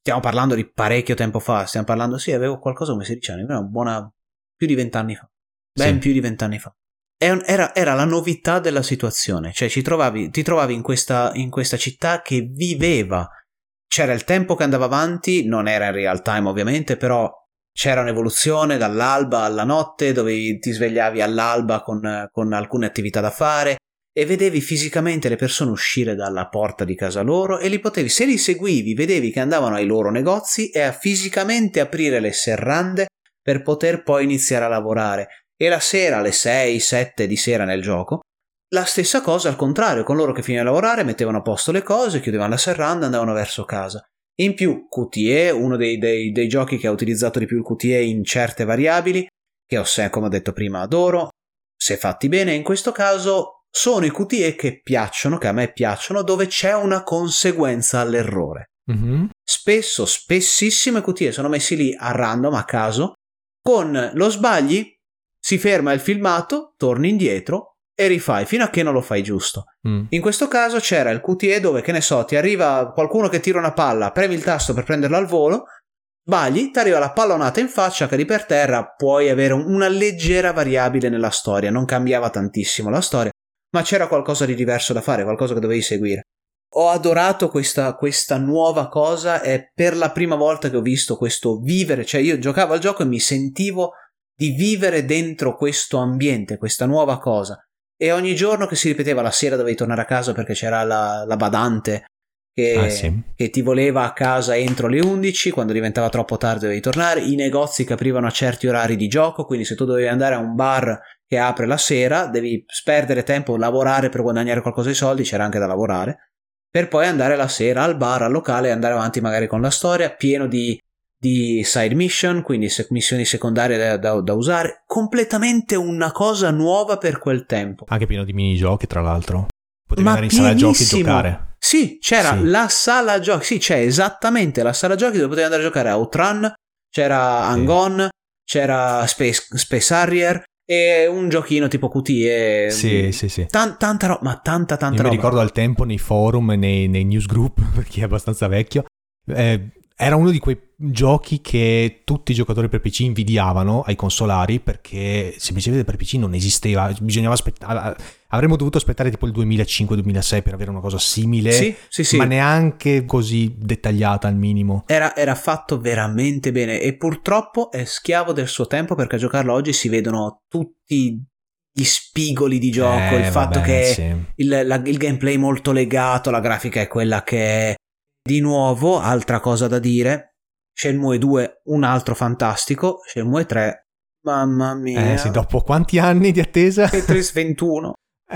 stiamo parlando di parecchio tempo fa, stiamo parlando, sì, avevo qualcosa come sedici anni, una buona, più di vent'anni fa, ben Sì. più di vent'anni fa. Era, era la novità della situazione, cioè ci trovavi, ti trovavi in questa, in questa città che viveva, c'era il tempo che andava avanti, non era in real time ovviamente, però c'era un'evoluzione dall'alba alla notte, dove ti svegliavi all'alba con, con alcune attività da fare e vedevi fisicamente le persone uscire dalla porta di casa loro e li potevi, se li seguivi, vedevi che andavano ai loro negozi e a fisicamente aprire le serrande per poter poi iniziare a lavorare. E la sera alle sei sette di sera nel gioco la stessa cosa al contrario, con loro che finivano di lavorare mettevano a posto le cose, chiudevano la serranda e andavano verso casa. In più Q T E, uno dei, dei, dei giochi che ha utilizzato di più il Q T E in certe variabili, che ho sempre, come ho detto prima, adoro, se fatti bene. In questo caso sono i Q T E che piacciono, che a me piacciono, dove c'è una conseguenza all'errore. Mm-hmm. Spesso, spessissimo i Q T E sono messi lì a random, a caso, con lo sbagli, si ferma il filmato, torni indietro e rifai fino a che non lo fai giusto. Mm. In questo caso c'era il Q T E dove, che ne so, ti arriva qualcuno che tira una palla, premi il tasto per prenderla al volo, sbagli, ti arriva la pallonata in faccia, cadi per terra, puoi avere una leggera variabile nella storia, non cambiava tantissimo la storia, ma c'era qualcosa di diverso da fare, qualcosa che dovevi seguire. Ho adorato questa, questa nuova cosa, e per la prima volta che ho visto questo vivere, cioè io giocavo al gioco e mi sentivo di vivere dentro questo ambiente, questa nuova cosa, e ogni giorno che si ripeteva, la sera dovevi tornare a casa perché c'era la, la badante che, ah, sì. che ti voleva a casa entro le undici, quando diventava troppo tardi dovevi tornare, i negozi che aprivano a certi orari di gioco, quindi se tu dovevi andare a un bar che apre la sera devi sperdere tempo, lavorare per guadagnare qualcosa di soldi, c'era anche da lavorare, per poi andare la sera al bar, al locale e andare avanti magari con la storia, pieno di di side mission, quindi missioni secondarie da, da, da usare, completamente una cosa nuova per quel tempo. Anche pieno di minigiochi, tra l'altro. Potevi andare in sala giochi e giocare. Sì, c'era sì. la sala giochi, sì, c'è esattamente la sala giochi dove potevi andare a giocare a Outrun, c'era Hang On, sì. c'era Space, Space Harrier e un giochino tipo Q T E. Sì, sì, sì. Tan, tanta roba, ma tanta, tanta Io roba. mi ricordo al tempo nei forum e nei, nei newsgroup, perché è abbastanza vecchio, eh, era uno di quei giochi che tutti i giocatori per P C invidiavano ai consolari, perché semplicemente per P C non esisteva, bisognava aspettare, avremmo dovuto aspettare tipo il duemilacinque duemilasei per avere una cosa simile, sì, sì, sì. ma neanche così dettagliata al minimo. Era, era fatto veramente bene e purtroppo è schiavo del suo tempo, perché a giocarlo oggi si vedono tutti gli spigoli di gioco, eh, il fatto vabbè, che sì. il, la, il gameplay molto legato, la grafica è quella che è. Di nuovo, altra cosa da dire, Shenmue due, un altro fantastico, Shenmue tre, mamma mia. Eh sì, dopo quanti anni di attesa? Che triste, ventuno.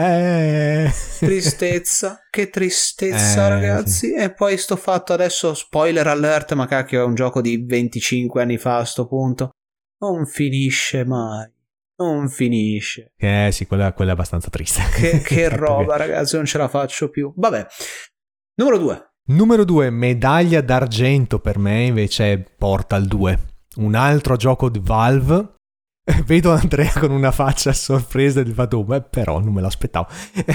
Eh... Tristezza, che tristezza, eh, ragazzi. Sì. E poi sto fatto adesso, spoiler alert, ma cacchio, è un gioco di venticinque anni fa a sto punto. Non finisce mai. Non finisce. Eh sì, quella, quella è abbastanza triste. Che, che roba, ragazzi, non ce la faccio più. Vabbè. Numero due. Numero due, medaglia d'argento per me invece è Portal due, un altro gioco di Valve. Vedo Andrea con una faccia sorpresa del fatto, beh, però non me l'aspettavo.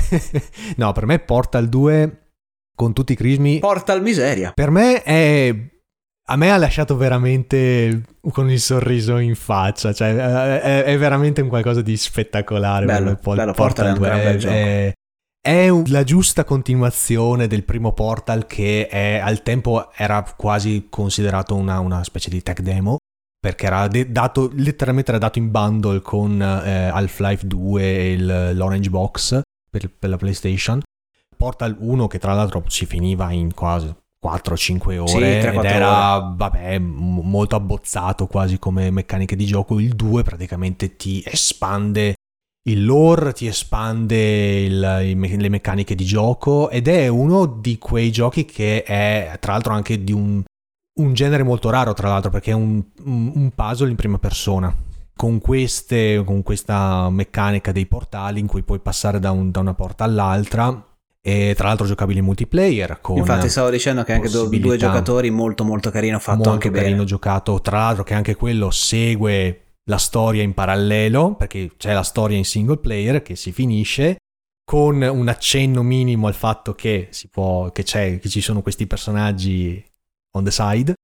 No, per me Portal due, con tutti i crismi, Portal miseria. Per me è... a me ha lasciato veramente con il sorriso in faccia, cioè è, è veramente un qualcosa di spettacolare. Bello, Pol- bello Portal, Portal è un gran bel è, gioco. È, è un, la giusta continuazione del primo Portal, che è, al tempo era quasi considerato una, una specie di tech demo, perché era de- dato, letteralmente era dato in bundle con eh, Half-Life due e il, l'Orange Box per, per la PlayStation. Portal uno, che tra l'altro si finiva in quasi quattro cinque ore, sì, tre, ed era ore. vabbè m- molto abbozzato quasi come meccaniche di gioco. Il due praticamente ti espande il lore, ti espande il, il me- le meccaniche di gioco, ed è uno di quei giochi che è tra l'altro anche di un, un genere molto raro, tra l'altro, perché è un, un, un puzzle in prima persona con queste con questa meccanica dei portali in cui puoi passare da, un, da una porta all'altra, e tra l'altro giocabile in multiplayer con infatti stavo dicendo che anche due giocatori, molto molto carino, fatto molto anche carino bene, giocato, tra l'altro che anche quello segue la storia in parallelo, perché c'è la storia in single player che si finisce con un accenno minimo al fatto che si può che c'è che ci sono questi personaggi on the side,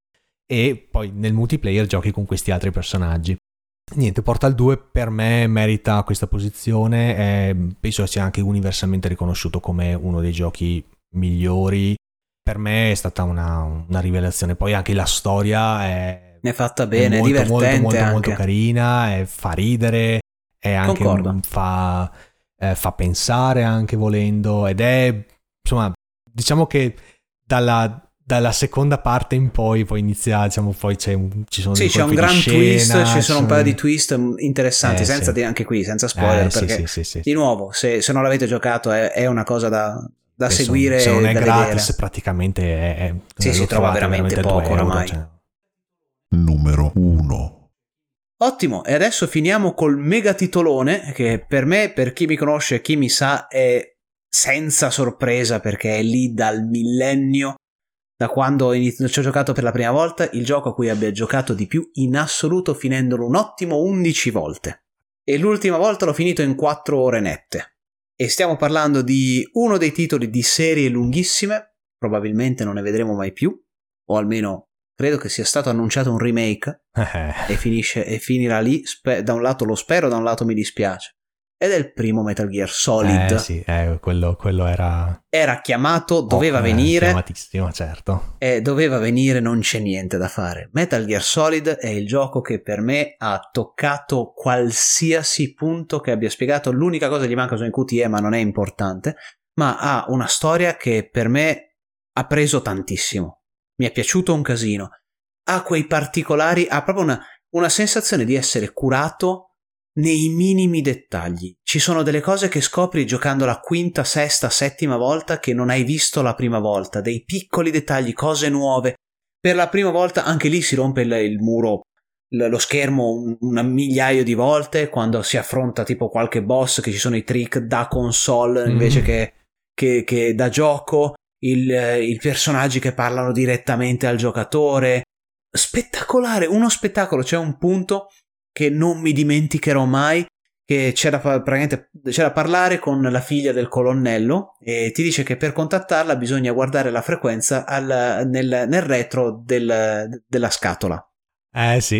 e poi nel multiplayer giochi con questi altri personaggi. Niente, Portal due per me merita questa posizione, è, penso sia anche universalmente riconosciuto come uno dei giochi migliori. Per me è stata una, una rivelazione, poi anche la storia è, è fatta bene, è molto, molto, divertente molto, molto, anche. molto carina, è, fa ridere, è anche un, fa, eh, fa pensare anche volendo, ed è, insomma, diciamo che dalla dalla seconda parte in poi poi inizia, diciamo, poi c'è un, ci sono sì, dei c'è un colpi gran di scena, twist, ci sono, sono un paio di twist interessanti, eh, senza sì. anche qui, senza spoiler, eh, perché sì, sì, sì, di sì. nuovo, se, se non l'avete giocato è, è una cosa da, da se seguire, son, se non è da gratis vedere. praticamente è, è, sì, si trova veramente, veramente poco euro, oramai. Cioè. Numero uno. Ottimo, e adesso finiamo col megatitolone che per me, per chi mi conosce e chi mi sa, è senza sorpresa perché è lì dal millennio, da quando inizio, ci ho giocato per la prima volta, il gioco a cui abbia giocato di più in assoluto, finendolo un ottimo undici volte. E l'ultima volta l'ho finito in quattro ore nette. E stiamo parlando di uno dei titoli di serie lunghissime, probabilmente non ne vedremo mai più, o almeno credo che sia stato annunciato un remake e finisce e finirà lì. Spe- da un lato lo spero, da un lato mi dispiace. Ed è il primo Metal Gear Solid. Eh sì, eh, quello, quello era... Era chiamato, doveva oh, venire. Chiamatissimo, certo. E doveva venire, non c'è niente da fare. Metal Gear Solid è il gioco che per me ha toccato qualsiasi punto che abbia spiegato. L'unica cosa che gli manca sono i Q T E, ma non è importante. Ma ha una storia che per me ha preso tantissimo. Mi è piaciuto un casino. Ha quei particolari, ha proprio una, una sensazione di essere curato nei minimi dettagli. Ci sono delle cose che scopri giocando la quinta, sesta, settima volta che non hai visto la prima volta, dei piccoli dettagli, cose nuove. Per la prima volta anche lì si rompe il, il muro, lo schermo un, un migliaio di volte quando si affronta tipo qualche boss, che ci sono i trick da console invece mm. che, che, che da gioco, il, i personaggi che parlano direttamente al giocatore. Spettacolare, uno spettacolo. C'è un punto che non mi dimenticherò mai, che c'era praticamente c'era parlare con la figlia del colonnello e ti dice che per contattarla bisogna guardare la frequenza al, nel, nel retro del, della scatola. Eh sì.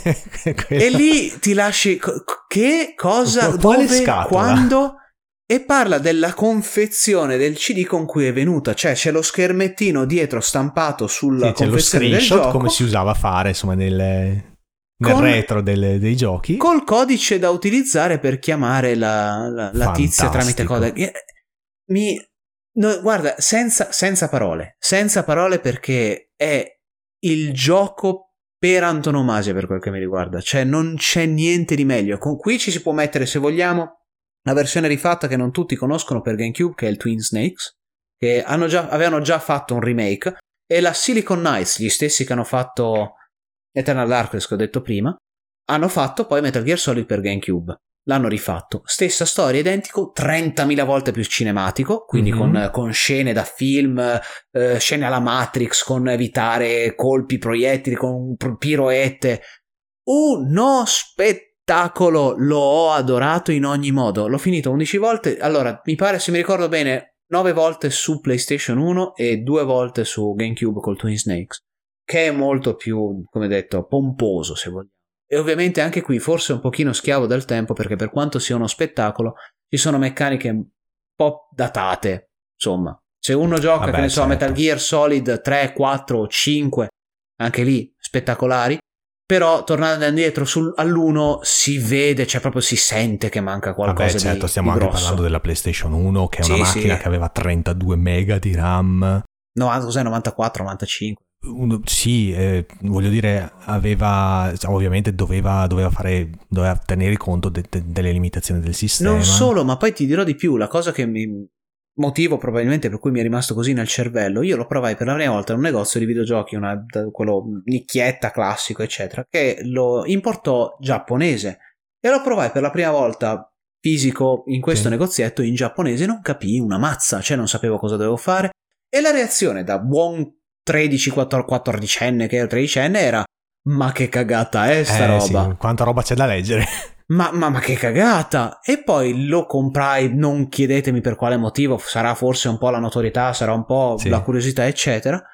E lì ti lasci che cosa, quale dove, scatola? Quando, e parla della confezione del C D con cui è venuta, cioè c'è lo schermettino dietro stampato sulla sì, confezione del gioco, come si usava a fare insomma nelle nel con, retro delle, dei giochi, col codice da utilizzare per chiamare la, la, la tizia tramite codec. Mi, no, guarda, senza, senza parole, senza parole perché è il gioco per antonomasia per quel che mi riguarda, cioè non c'è niente di meglio. Con qui ci si può mettere, se vogliamo, la versione rifatta che non tutti conoscono per GameCube, che è il Twin Snakes, che hanno già, avevano già fatto un remake, e la Silicon Knights, gli stessi che hanno fatto Eternal Darkness che ho detto prima, hanno fatto poi Metal Gear Solid per GameCube, l'hanno rifatto, stessa storia, identico, trentamila volte più cinematico, quindi mm-hmm. con, con scene da film, eh, scene alla Matrix, con evitare colpi, proiettili, con piroette, uno spettacolo, lo ho adorato in ogni modo, l'ho finito undici volte, allora mi pare, se mi ricordo bene, nove volte su PlayStation uno e due volte su GameCube col Twin Snakes, che è molto più, come detto, pomposo se vogliamo. E ovviamente anche qui forse un pochino schiavo del tempo, perché per quanto sia uno spettacolo ci sono meccaniche un po' datate, insomma. Se uno gioca, Vabbè, che ne so, certo. Metal Gear Solid tre, quattro, cinque, anche lì spettacolari, però tornando indietro sul, all'uno si vede, cioè proprio si sente che manca qualcosa. Vabbè, certo, di stiamo di anche grosso. parlando della PlayStation uno, che è una sì, macchina sì. che aveva trentadue mega di RAM. No, cos'è, novantaquattro, novantacinque? Uno, sì, eh, voglio dire, aveva, ovviamente doveva, doveva fare, doveva tenere conto de, de, delle limitazioni del sistema. Non solo, ma poi ti dirò di più, la cosa che mi motivo probabilmente per cui mi è rimasto così nel cervello, io lo provai per la prima volta in un negozio di videogiochi, una, quello nicchietta classico eccetera, che lo importò giapponese, e lo provai per la prima volta fisico in questo sì. negozietto in giapponese, non capii una mazza, cioè non sapevo cosa dovevo fare, e la reazione da buon tredici quattordicenne che ero tredicenne era: ma che cagata è sta eh, roba, sì, quanta roba c'è da leggere. ma, ma, ma che cagata. E poi lo comprai, non chiedetemi per quale motivo, sarà forse un po' la notorietà, sarà un po' sì. la curiosità eccetera,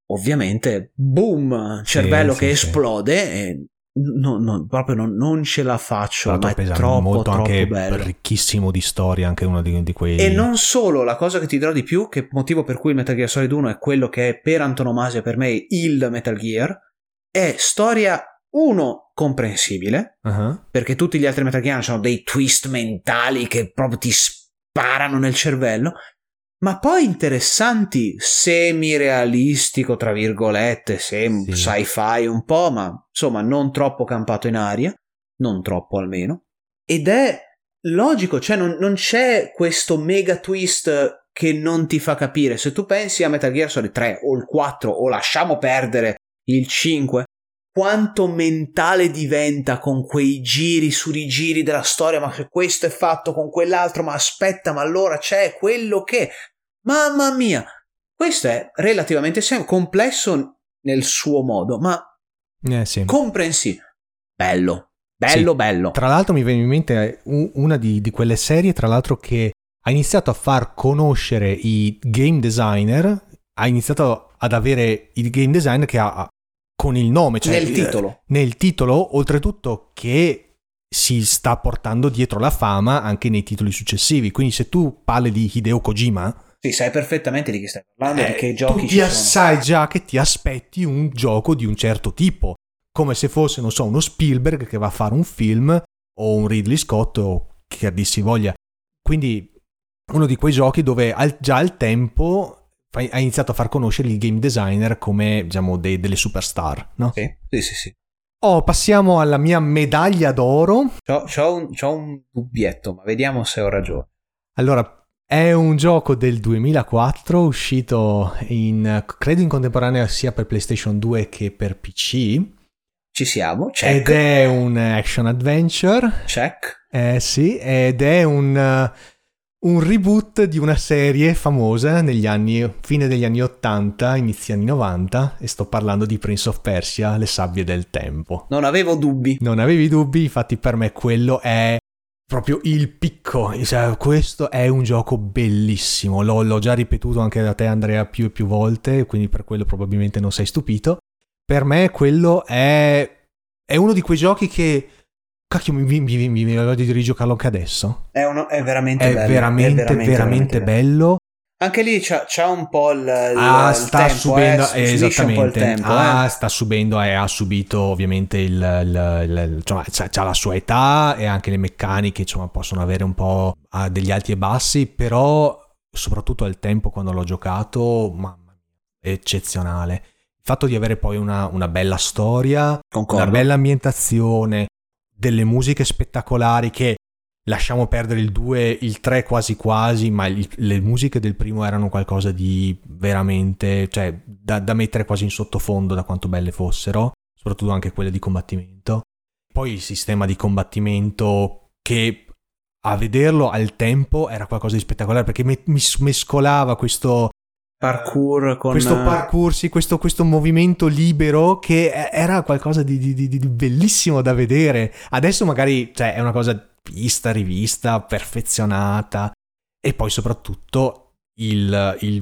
ovviamente, boom, cervello sì, che sì, esplode sì. e no, no, proprio non, non ce la faccio, ma è pesante, troppo, molto troppo anche bello. Ricchissimo di storia, anche uno di, di quei... E non solo, la cosa che ti dirò di più, che motivo per cui il Metal Gear Solid uno è quello che è per antonomasia per me il Metal Gear, è storia uno comprensibile, uh-huh. perché tutti gli altri Metal Gear hanno dei twist mentali che proprio ti sparano nel cervello, ma poi interessanti, semi-realistico tra virgolette, sem- sì. sci-fi un po', ma insomma non troppo campato in aria, non troppo almeno, ed è logico, cioè non, non c'è questo mega twist che non ti fa capire. Se tu pensi a Metal Gear Solid tre o il quattro o lasciamo perdere il cinque, quanto mentale diventa con quei giri su rigiri della storia, ma se questo è fatto con quell'altro, ma aspetta, ma allora c'è quello che... Mamma mia! Questo è relativamente sem- complesso nel suo modo, ma eh, sì. comprensibile. Bello, bello, sì. bello. Tra l'altro mi viene in mente una di, di quelle serie, tra l'altro, che ha iniziato a far conoscere i game designer, ha iniziato ad avere il game designer che ha... con il nome, cioè nel titolo. Nel titolo, oltretutto che si sta portando dietro la fama anche nei titoli successivi. Quindi se tu parli di Hideo Kojima, sì, sai perfettamente di chi stai parlando, eh, di che giochi tu ci sono. sai già che ti aspetti un gioco di un certo tipo, come se fosse, non so, uno Spielberg che va a fare un film, o un Ridley Scott, o che dir si voglia. Quindi uno di quei giochi dove al, già al tempo ha iniziato a far conoscere il game designer come, diciamo, dei, delle superstar, no? Sì, sì, sì, sì. Oh, passiamo alla mia medaglia d'oro. C'ho, c'ho, un, c'ho un dubbietto, ma vediamo se ho ragione. Allora, è un gioco del duemilaquattro, uscito in, credo in contemporanea sia per PlayStation due che per P C. Ci siamo, check. Ed è un action adventure. Check. Eh sì, ed è un... un reboot di una serie famosa negli anni, fine degli anni ottanta, inizi anni novanta, e sto parlando di Prince of Persia, Le sabbie del tempo. Non avevo dubbi. Non avevi dubbi, infatti per me quello è proprio il picco. Cioè, questo è un gioco bellissimo, l'ho, l'ho già ripetuto anche da te Andrea più e più volte, quindi per quello probabilmente non sei stupito. Per me quello è, è uno di quei giochi che... Cacchio, mi mi mi mi di rigiocarlo anche adesso. È, uno, è veramente è bello. Veramente, è veramente, veramente bello. bello. Anche lì c'ha, c'ha un po' il, il, ah, il sta tempo, subendo, eh, esattamente. Un po' il tempo, ah, eh. sta subendo e ha subito ovviamente il, il, il, il insomma, c'ha, c'ha la sua età e anche le meccaniche, insomma, possono avere un po' degli alti e bassi, però soprattutto al tempo quando l'ho giocato, mamma mia, eccezionale. Il fatto di avere poi una, una bella storia, Concordo. Una bella ambientazione, delle musiche spettacolari che lasciamo perdere il due, il tre quasi quasi, ma il, le musiche del primo erano qualcosa di veramente, cioè da, da mettere quasi in sottofondo da quanto belle fossero, soprattutto anche quelle di combattimento. Poi il sistema di combattimento che a vederlo al tempo era qualcosa di spettacolare, perché mi, mi mescolava questo parkour con questo parkour, sì, questo, questo movimento libero che era qualcosa di, di, di, di bellissimo da vedere. Adesso magari, cioè, è una cosa vista, rivista, perfezionata, e poi soprattutto il, il,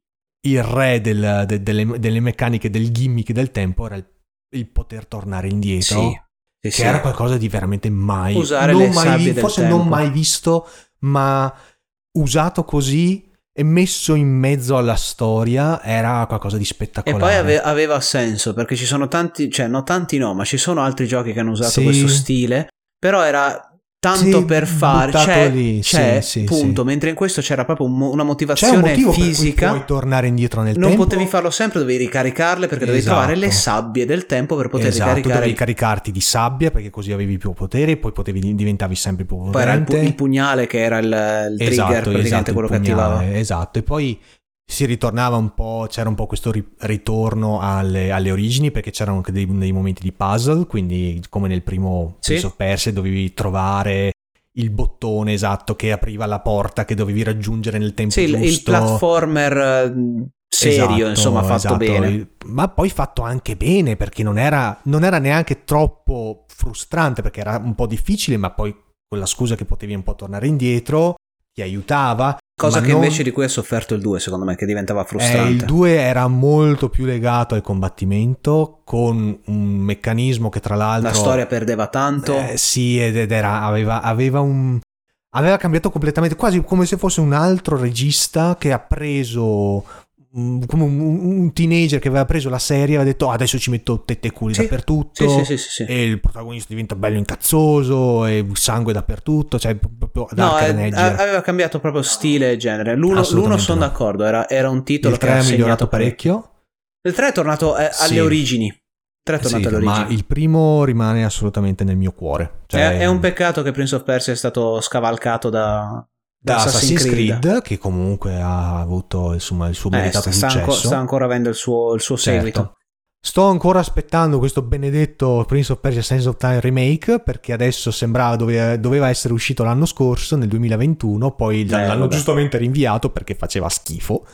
il re del, de, delle, delle meccaniche, del gimmick del tempo era il, il poter tornare indietro, sì, sì, che sì. era qualcosa di veramente mai usare non le mai, sabbie forse del non tempo. mai visto, ma usato così e messo in mezzo alla storia era qualcosa di spettacolare. E poi ave- aveva senso, perché ci sono tanti, cioè no tanti no, ma ci sono altri giochi che hanno usato sì. questo stile, però era tanto sì, per fare, c'è, lì. c'è sì, sì, punto, sì. mentre in questo c'era proprio un mo- una motivazione c'è un motivo fisica. Per cui puoi tornare indietro nel non tempo. potevi farlo sempre, dovevi ricaricarle perché dovevi esatto. trovare le sabbie del tempo per poter esatto, ricaricare. Dovevi caricarti di sabbia perché così avevi più potere, poi potevi diventavi sempre più potente. Poi era il, pu- il pugnale che era il, il trigger, esatto, praticamente esatto, quello che pugnale, attivava. Esatto, e poi si ritornava un po', c'era un po' questo ri- ritorno alle, alle origini, perché c'erano anche dei, dei momenti di puzzle, quindi come nel primo sì. Prince of Persia dovevi trovare il bottone esatto che apriva la porta che dovevi raggiungere nel tempo sì, giusto. Il platformer serio, esatto, insomma, fatto esatto. bene. Ma poi fatto anche bene, perché non era, non era neanche troppo frustrante, perché era un po' difficile, ma poi con la scusa che potevi un po' tornare indietro ti aiutava. Cosa Ma che non- invece di cui ha sofferto il due, secondo me, che diventava Eh, frustrante. il due era molto più legato al combattimento, con un meccanismo che tra l'altro... La storia perdeva tanto. Eh, sì, ed ed era, aveva, aveva un... Aveva cambiato completamente, quasi come se fosse un altro regista che ha preso... mm, come un, un teenager che aveva preso la serie e aveva detto: "Oh, adesso ci metto tette e culi Sì. dappertutto", Sì, sì, sì, sì, sì. e il protagonista diventa bello incazzoso e sangue dappertutto, cioè proprio No, Dark eh, Edge. aveva cambiato proprio stile e genere. L'uno, Assolutamente l'uno sono no. d'accordo, era, era un titolo Il che tre ha ha migliorato segnato parecchio. parecchio. Il tre è tornato eh, Sì. alle origini. Il tre è Eh tornato sì, alle ma origini. il primo rimane assolutamente nel mio cuore. Cioè, È, è un peccato che Prince of Persia è stato scavalcato da, da Assassin's Creed, Creed. che comunque ha avuto insomma, il suo Eh, meritato sta, sta, successo. anco- sta ancora avendo il suo, il suo Certo. seguito. Sto ancora aspettando questo benedetto Prince of Persia Sands of Time remake, perché adesso sembrava doveva, doveva essere uscito l'anno scorso, nel duemilaventuno, poi Eh, l'hanno vabbè. giustamente rinviato perché faceva schifo.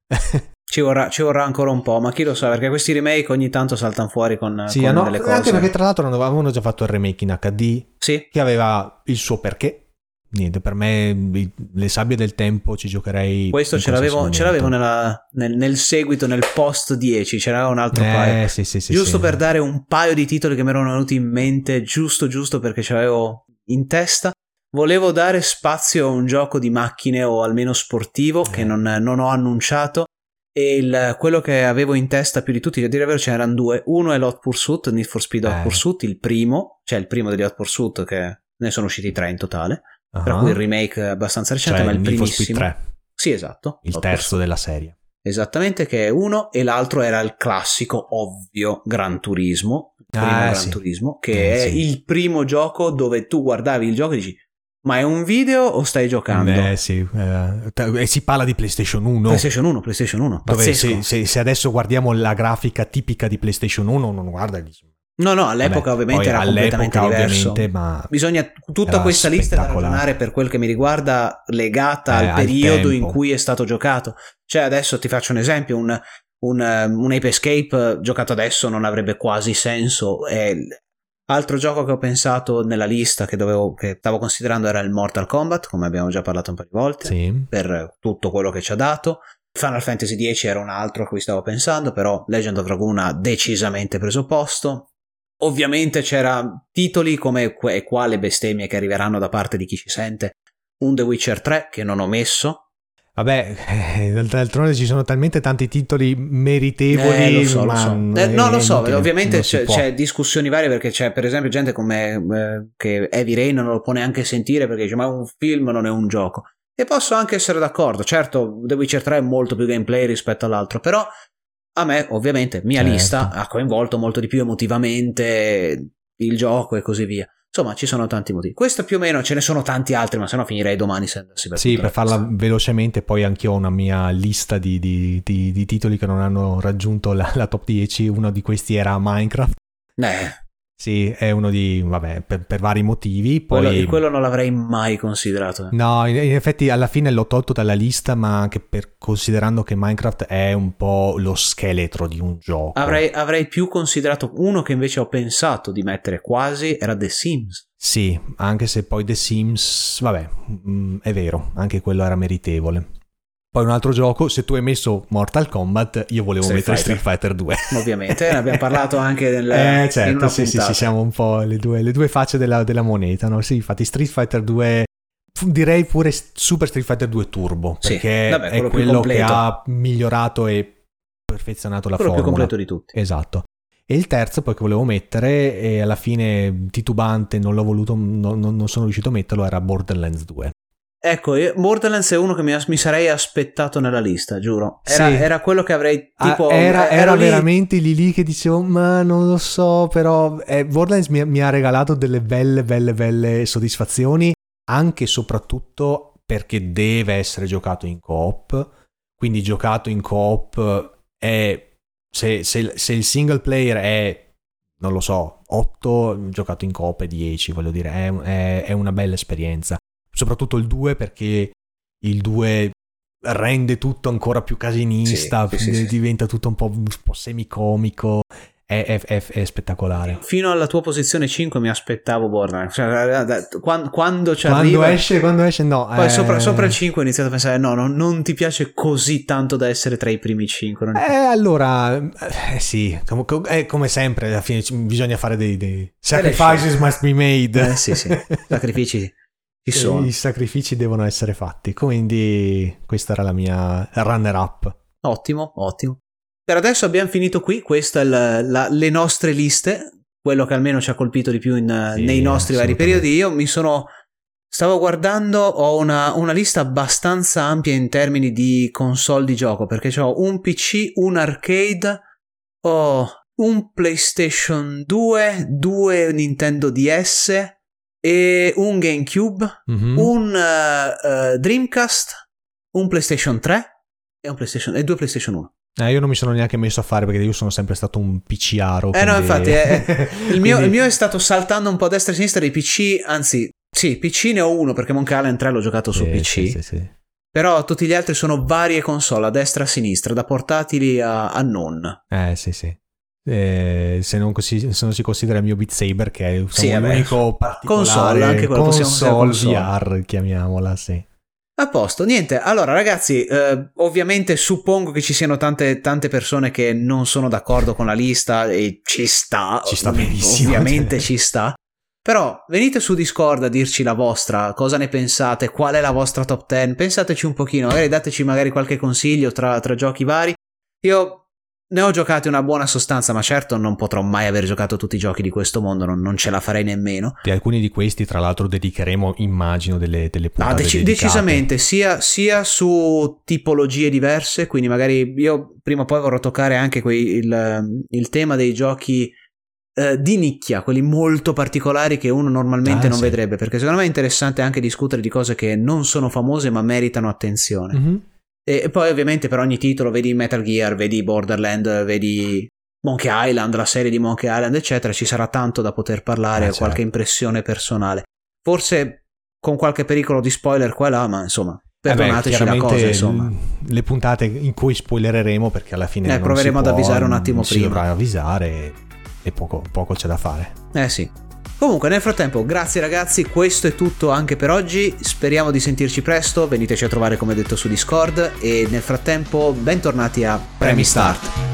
Ci vorrà, ci vorrà ancora un po', ma chi lo sa, perché questi remake ogni tanto saltano fuori con, Sì, con hanno- delle cose. anche perché tra l'altro avevano già fatto il remake in acca di, Sì, che aveva il suo perché. Niente, per me i- le sabbie del tempo ci giocherei. questo in ce l'avevo, qualsiasi ce l'avevo momento. nella- nel, nel seguito, nel post dieci, c'era un altro paio. Eh, sì, sì, sì, giusto sì. per dare un paio di titoli che mi erano venuti in mente, giusto giusto perché ce l'avevo in testa. Volevo dare spazio a un gioco di macchine o almeno sportivo che Eh. non, non ho annunciato, e il- quello che avevo in testa più di tutti, a dire il vero, ce n'erano due. Uno è l'Hot Pursuit, Need for Speed Hot Eh. Pursuit, il primo, cioè il primo degli Hot Pursuit, che ne sono usciti tre in totale, Ah. per cui il remake è abbastanza recente, Cioè, ma il Need for Speed primissimo. tre, Sì, esatto. il Hot terzo Pursuit. della serie. Esattamente, che è uno, e l'altro era il classico ovvio Gran Turismo, il primo Ah, Gran sì. Turismo, che Eh, è sì. il primo gioco dove tu guardavi il gioco e dici: ma è un video o stai giocando? Eh, sì, eh, t- e si parla di PlayStation uno. PlayStation uno, PlayStation uno, Dove pazzesco. se, se- se adesso guardiamo la grafica tipica di PlayStation uno, non guarda e dici, No, no, all'epoca vabbè, ovviamente poi era completamente all'epoca, diverso. ovviamente, ma Bisogna tutta era questa lista da spettacolare. ragionare, per quel che mi riguarda, legata Eh, al al periodo in tempo. cui è stato giocato. Cioè, adesso ti faccio un esempio: un, un, un Ape Escape giocato adesso non avrebbe quasi senso. E l- altro gioco che ho pensato nella lista che, dovevo, che stavo considerando era il Mortal Kombat, come abbiamo già parlato un po' di volte, sì. per tutto quello che ci ha dato. Final Fantasy dieci era un altro a cui stavo pensando, però Legend of Dragoon ha decisamente preso posto. Ovviamente c'era titoli come que- e quale bestemmie che arriveranno da parte di chi ci sente, un The Witcher tre che non ho messo. Vabbè, eh, d'altronde ci sono talmente tanti titoli meritevoli, Eh, lo so, lo ma so. non Eh, è no, lo so, inutile, ovviamente non si c'è, può. c'è discussioni varie, perché c'è per esempio gente come eh, che Heavy Rain non lo può neanche sentire perché dice: ma è un film, non è un gioco. E posso anche essere d'accordo. Certo, The Witcher tre è molto più gameplay rispetto all'altro, però a me, ovviamente, mia Certo. lista ha coinvolto molto di più emotivamente il gioco e così via. Insomma, ci sono tanti motivi. Questo più o meno, ce ne sono tanti altri, ma sennò finirei domani se andassi per Sì, tutta per la farla lista. velocemente, poi anch'io ho una mia lista di, di- di- di titoli che non hanno raggiunto la, la top dieci. Uno di questi era Minecraft. Eh, Sì, è uno di, vabbè, per, per vari motivi. Poi, quello, quello non l'avrei mai considerato. no, in, in effetti alla fine l'ho tolto dalla lista, ma anche per, considerando che Minecraft è un po' lo scheletro di un gioco. Avrei, avrei più considerato uno che invece ho pensato di mettere quasi, era The Sims. Sì, anche se poi The Sims, vabbè, mm, è vero, anche quello era meritevole. Poi un altro gioco, se tu hai messo Mortal Kombat, io volevo Street mettere Fighter. Street Fighter due. Ovviamente, ne abbiamo parlato anche nel, Eh in certo, una sì, sì, puntata. sì, siamo un po' le due, le due facce della, della moneta, no? Sì, infatti Street Fighter due, f- direi pure Super Street Fighter due Turbo, Sì, perché vabbè, è quello più quello che completo. ha migliorato e perfezionato la Quello più formula. completo di tutti. Esatto. E il terzo poi che volevo mettere, e alla fine titubante non l'ho voluto, non, non- non sono riuscito a metterlo, era Borderlands due. Ecco, io- Borderlands è uno che mi, mi sarei aspettato nella lista, giuro. Era, Sì. era quello che avrei tipo... Ah, era eh, era ero lì- veramente lì lì che dicevo, ma non lo so, però eh, Borderlands mi, mi ha regalato delle belle, belle, belle soddisfazioni, anche e soprattutto perché deve essere giocato in coop, quindi giocato in coop è... Se, se- se il single player è, non lo so, otto, giocato in coop è dieci, voglio dire, è, è- è una bella esperienza. Soprattutto il due, perché il due rende tutto ancora più casinista, Sì, sì, sì, sì. diventa tutto un po', un po' semicomico, è, è, è, è spettacolare. Fino alla tua posizione cinque mi aspettavo Borderlands, cioè, quando, quando ci quando arriva esce quando esce no poi eh... sopra, sopra il cinque ho iniziato a pensare no, no non ti piace così tanto da essere tra i primi cinque. Non... eh allora eh, sì com- com- è come sempre alla fine bisogna fare dei, dei sacrifices must be made. Eh sì sì, sacrifici ci sono, i sacrifici devono essere fatti, quindi questa era la mia runner up. Ottimo, ottimo. Per adesso abbiamo finito qui, queste sono le nostre liste, quello che almeno ci ha colpito di più in, sì, nei nostri vari periodi. Io mi sono, stavo guardando, ho una, una lista abbastanza ampia in termini di console di gioco, perché ho un P C, un arcade, ho un PlayStation due, due Nintendo D S e un GameCube, mm-hmm. un uh, uh, Dreamcast, un PlayStation tre e, un PlayStation, e due PlayStation uno. Eh, io non mi sono neanche messo a fare perché io sono sempre stato un P C aro. Eh quindi... no, infatti, eh, il, mio, quindi... il mio è stato saltando un po' a destra e a sinistra dei P C, anzi, sì, P C ne ho uno perché Monkey Island tre l'ho giocato su sì, P C. Sì, sì, sì. Però tutti gli altri sono varie console, a destra e a sinistra, da portatili a, a non. Eh, sì, sì. Eh, se, non così, se non si considera il mio Beat Saber, che è sì, l'unico particolare console, anche quello console, console V R, chiamiamola, sì. A posto, niente, allora ragazzi, eh, ovviamente suppongo che ci siano tante, tante persone che non sono d'accordo con la lista e ci sta, ci sta benissimo, ovviamente ci sta, però venite su Discord a dirci la vostra, cosa ne pensate, qual è la vostra top dieci, pensateci un pochino, magari dateci magari qualche consiglio tra, tra giochi vari. Io ne ho giocati una buona sostanza, ma certo non potrò mai aver giocato tutti i giochi di questo mondo, non, non ce la farei nemmeno. Di alcuni di questi, tra l'altro, dedicheremo, immagino, delle, delle puntate. Ah, dec- decisamente, sia, sia su tipologie diverse, quindi magari io prima o poi vorrò toccare anche quei, il, il tema dei giochi eh, di nicchia, quelli molto particolari che uno normalmente ah, non sì. vedrebbe, perché secondo me è interessante anche discutere di cose che non sono famose ma meritano attenzione. Mm-hmm. E poi ovviamente per ogni titolo, vedi Metal Gear, vedi Borderlands, vedi Monkey Island, la serie di Monkey Island eccetera, ci sarà tanto da poter parlare, eh, qualche certo. impressione personale, forse con qualche pericolo di spoiler qua e là, ma insomma perdonateci eh beh, la cosa, insomma le puntate in cui spoilereremo, perché alla fine eh, non proveremo si ad può, avvisare un attimo si prima si dovrà avvisare e poco, poco c'è da fare. Eh sì. Comunque nel frattempo grazie ragazzi, questo è tutto anche per oggi, speriamo di sentirci presto, veniteci a trovare come detto su Discord e nel frattempo bentornati a Premi Start.